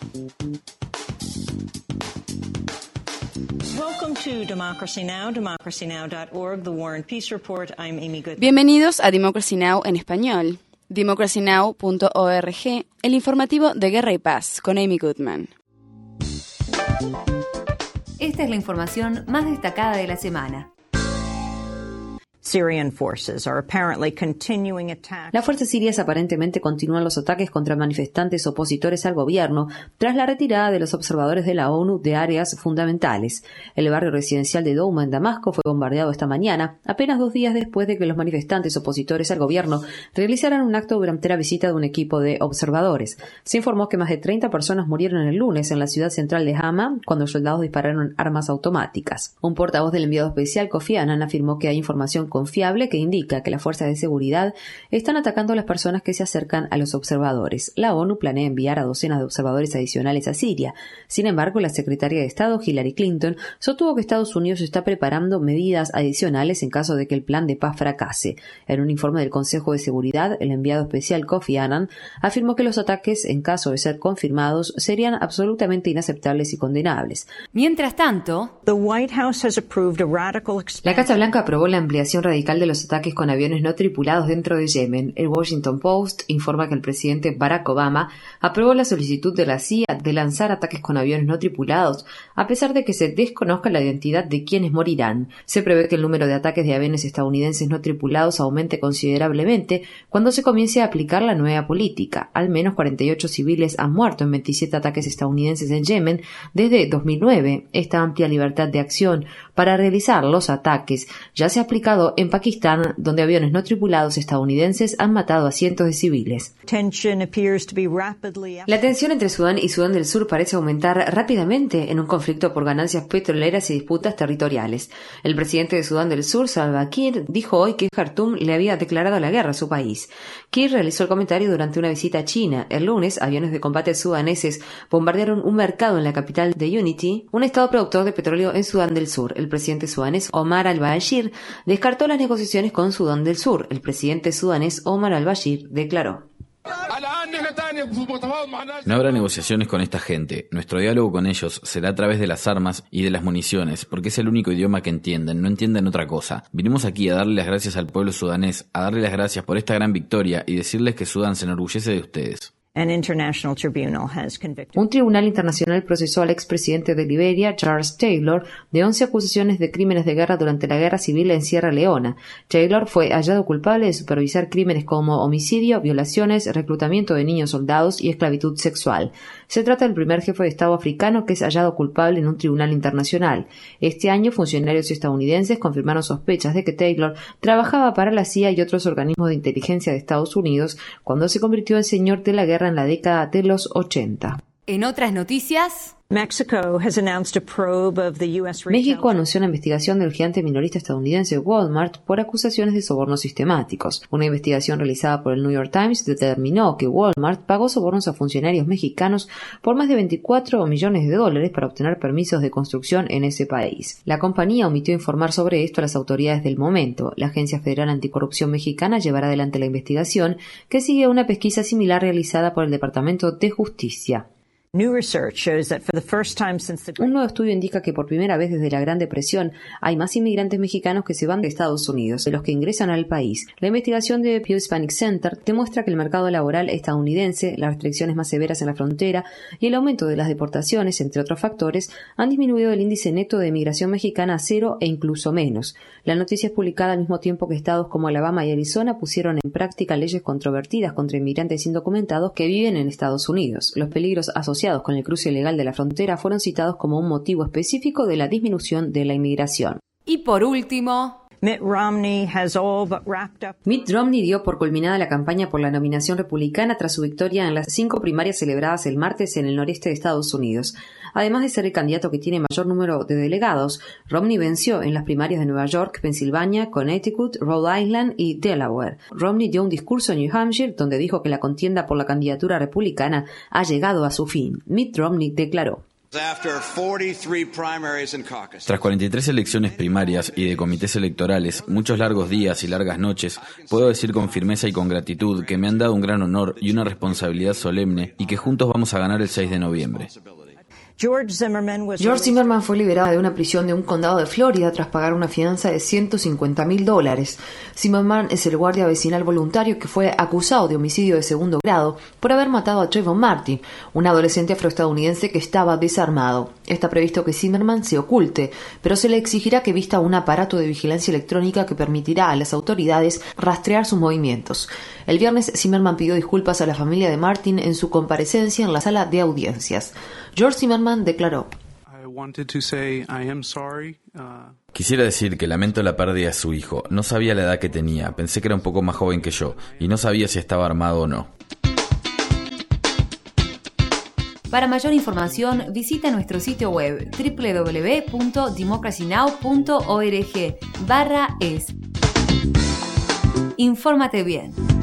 Welcome to Democracy Now!, democracynow.org, The War and Peace Report. I'm Amy Goodman. Bienvenidos a Democracy Now! En español. democracynow.org, el informativo de Guerra y Paz, con Amy Goodman. Esta es la información más destacada de la semana. Las fuerzas sirias aparentemente continúan los ataques contra manifestantes opositores al gobierno tras la retirada de los observadores de la ONU de áreas fundamentales. El barrio residencial de Douma en Damasco fue bombardeado esta mañana, apenas 2 días después de que los manifestantes opositores al gobierno realizaran un acto durante la visita de un equipo de observadores. Se informó que más de 30 personas murieron el lunes en la ciudad central de Hama cuando soldados dispararon armas automáticas. Un portavoz del enviado especial Kofi Annan afirmó que hay información confiable que indica que las fuerzas de seguridad están atacando a las personas que se acercan a los observadores. La ONU planea enviar a docenas de observadores adicionales a Siria. Sin embargo, la secretaria de Estado, Hillary Clinton, sostuvo que Estados Unidos está preparando medidas adicionales en caso de que el plan de paz fracase. En un informe del Consejo de Seguridad, el enviado especial Kofi Annan afirmó que los ataques, en caso de ser confirmados, serían absolutamente inaceptables y condenables. Mientras tanto, la Casa Blanca aprobó la ampliación radical de los ataques con aviones no tripulados dentro de Yemen. El Washington Post informa que el presidente Barack Obama aprobó la solicitud de la CIA de lanzar ataques con aviones no tripulados, a pesar de que se desconozca la identidad de quienes morirán. Se prevé que el número de ataques de aviones estadounidenses no tripulados aumente considerablemente cuando se comience a aplicar la nueva política. Al menos 48 civiles han muerto en 27 ataques estadounidenses en Yemen desde 2009. Esta amplia libertad de acción para realizar los ataques ya se ha aplicado en Pakistán, donde aviones no tripulados estadounidenses han matado a cientos de civiles. La tensión entre Sudán y Sudán del Sur parece aumentar rápidamente en un conflicto por ganancias petroleras y disputas territoriales. El presidente de Sudán del Sur, Salva Kiir, dijo hoy que Jartum le había declarado la guerra a su país. Kiir realizó el comentario durante una visita a China. El lunes, aviones de combate sudaneses bombardearon un mercado en la capital de Unity, un estado productor de petróleo en Sudán del Sur. El presidente sudanés Omar al-Bashir descartó las negociaciones con Sudán del Sur. El presidente sudanés Omar al-Bashir declaró: No habrá negociaciones con esta gente. Nuestro diálogo con ellos será a través de las armas y de las municiones, porque es el único idioma que entienden, no entienden otra cosa. Vinimos aquí a darle las gracias al pueblo sudanés, a darle las gracias por esta gran victoria y decirles que Sudán se enorgullece de ustedes. Un tribunal internacional procesó al expresidente de Liberia, Charles Taylor, de 11 acusaciones de crímenes de guerra durante la guerra civil en Sierra Leona. Taylor fue hallado culpable de supervisar crímenes como homicidio, violaciones, reclutamiento de niños soldados y esclavitud sexual. Se trata del primer jefe de Estado africano que es hallado culpable en un tribunal internacional. Este año, funcionarios estadounidenses confirmaron sospechas de que Taylor trabajaba para la CIA y otros organismos de inteligencia de Estados Unidos cuando se convirtió en señor de la guerra en la década de los 80. En otras noticias, México anunció una investigación del gigante minorista estadounidense Walmart por acusaciones de sobornos sistemáticos. Una investigación realizada por el New York Times determinó que Walmart pagó sobornos a funcionarios mexicanos por más de $24 millones para obtener permisos de construcción en ese país. La compañía omitió informar sobre esto a las autoridades del momento. La Agencia Federal Anticorrupción Mexicana llevará adelante la investigación, que sigue a una pesquisa similar realizada por el Departamento de Justicia. Un nuevo estudio indica que por primera vez desde la Gran Depresión hay más inmigrantes mexicanos que se van de Estados Unidos de los que ingresan al país. La investigación de Pew Hispanic Center demuestra que el mercado laboral estadounidense, las restricciones más severas en la frontera y el aumento de las deportaciones, entre otros factores, han disminuido el índice neto de emigración mexicana a 0 e incluso menos. La noticia es publicada al mismo tiempo que estados como Alabama y Arizona pusieron en práctica leyes controvertidas contra inmigrantes indocumentados que viven en Estados Unidos. Los peligros asociados con el cruce ilegal de la frontera fueron citados como un motivo específico de la disminución de la inmigración. Y por último, Mitt Romney dio por culminada la campaña por la nominación republicana tras su victoria en las 5 primarias celebradas el martes en el noreste de Estados Unidos. Además de ser el candidato que tiene mayor número de delegados, Romney venció en las primarias de Nueva York, Pensilvania, Connecticut, Rhode Island y Delaware. Romney dio un discurso en New Hampshire donde dijo que la contienda por la candidatura republicana ha llegado a su fin. Mitt Romney declaró: Tras 43 elecciones primarias y de comités electorales, muchos largos días y largas noches, puedo decir con firmeza y con gratitud que me han dado un gran honor y una responsabilidad solemne y que juntos vamos a ganar el 6 de noviembre. George Zimmerman fue liberado de una prisión de un condado de Florida tras pagar una fianza de $150,000. Zimmerman es el guardia vecinal voluntario que fue acusado de homicidio de segundo grado por haber matado a Trayvon Martin, un adolescente afroestadounidense que estaba desarmado. Está previsto que Zimmerman se oculte, pero se le exigirá que vista un aparato de vigilancia electrónica que permitirá a las autoridades rastrear sus movimientos. El viernes, Zimmerman pidió disculpas a la familia de Martin en su comparecencia en la sala de audiencias. George Zimmerman declaró: Quisiera decir que lamento la pérdida de su hijo. No sabía la edad que tenía, pensé que era un poco más joven que yo, y no sabía si estaba armado o no. Para mayor información, visita nuestro sitio web www.democracynow.org/es. Infórmate bien.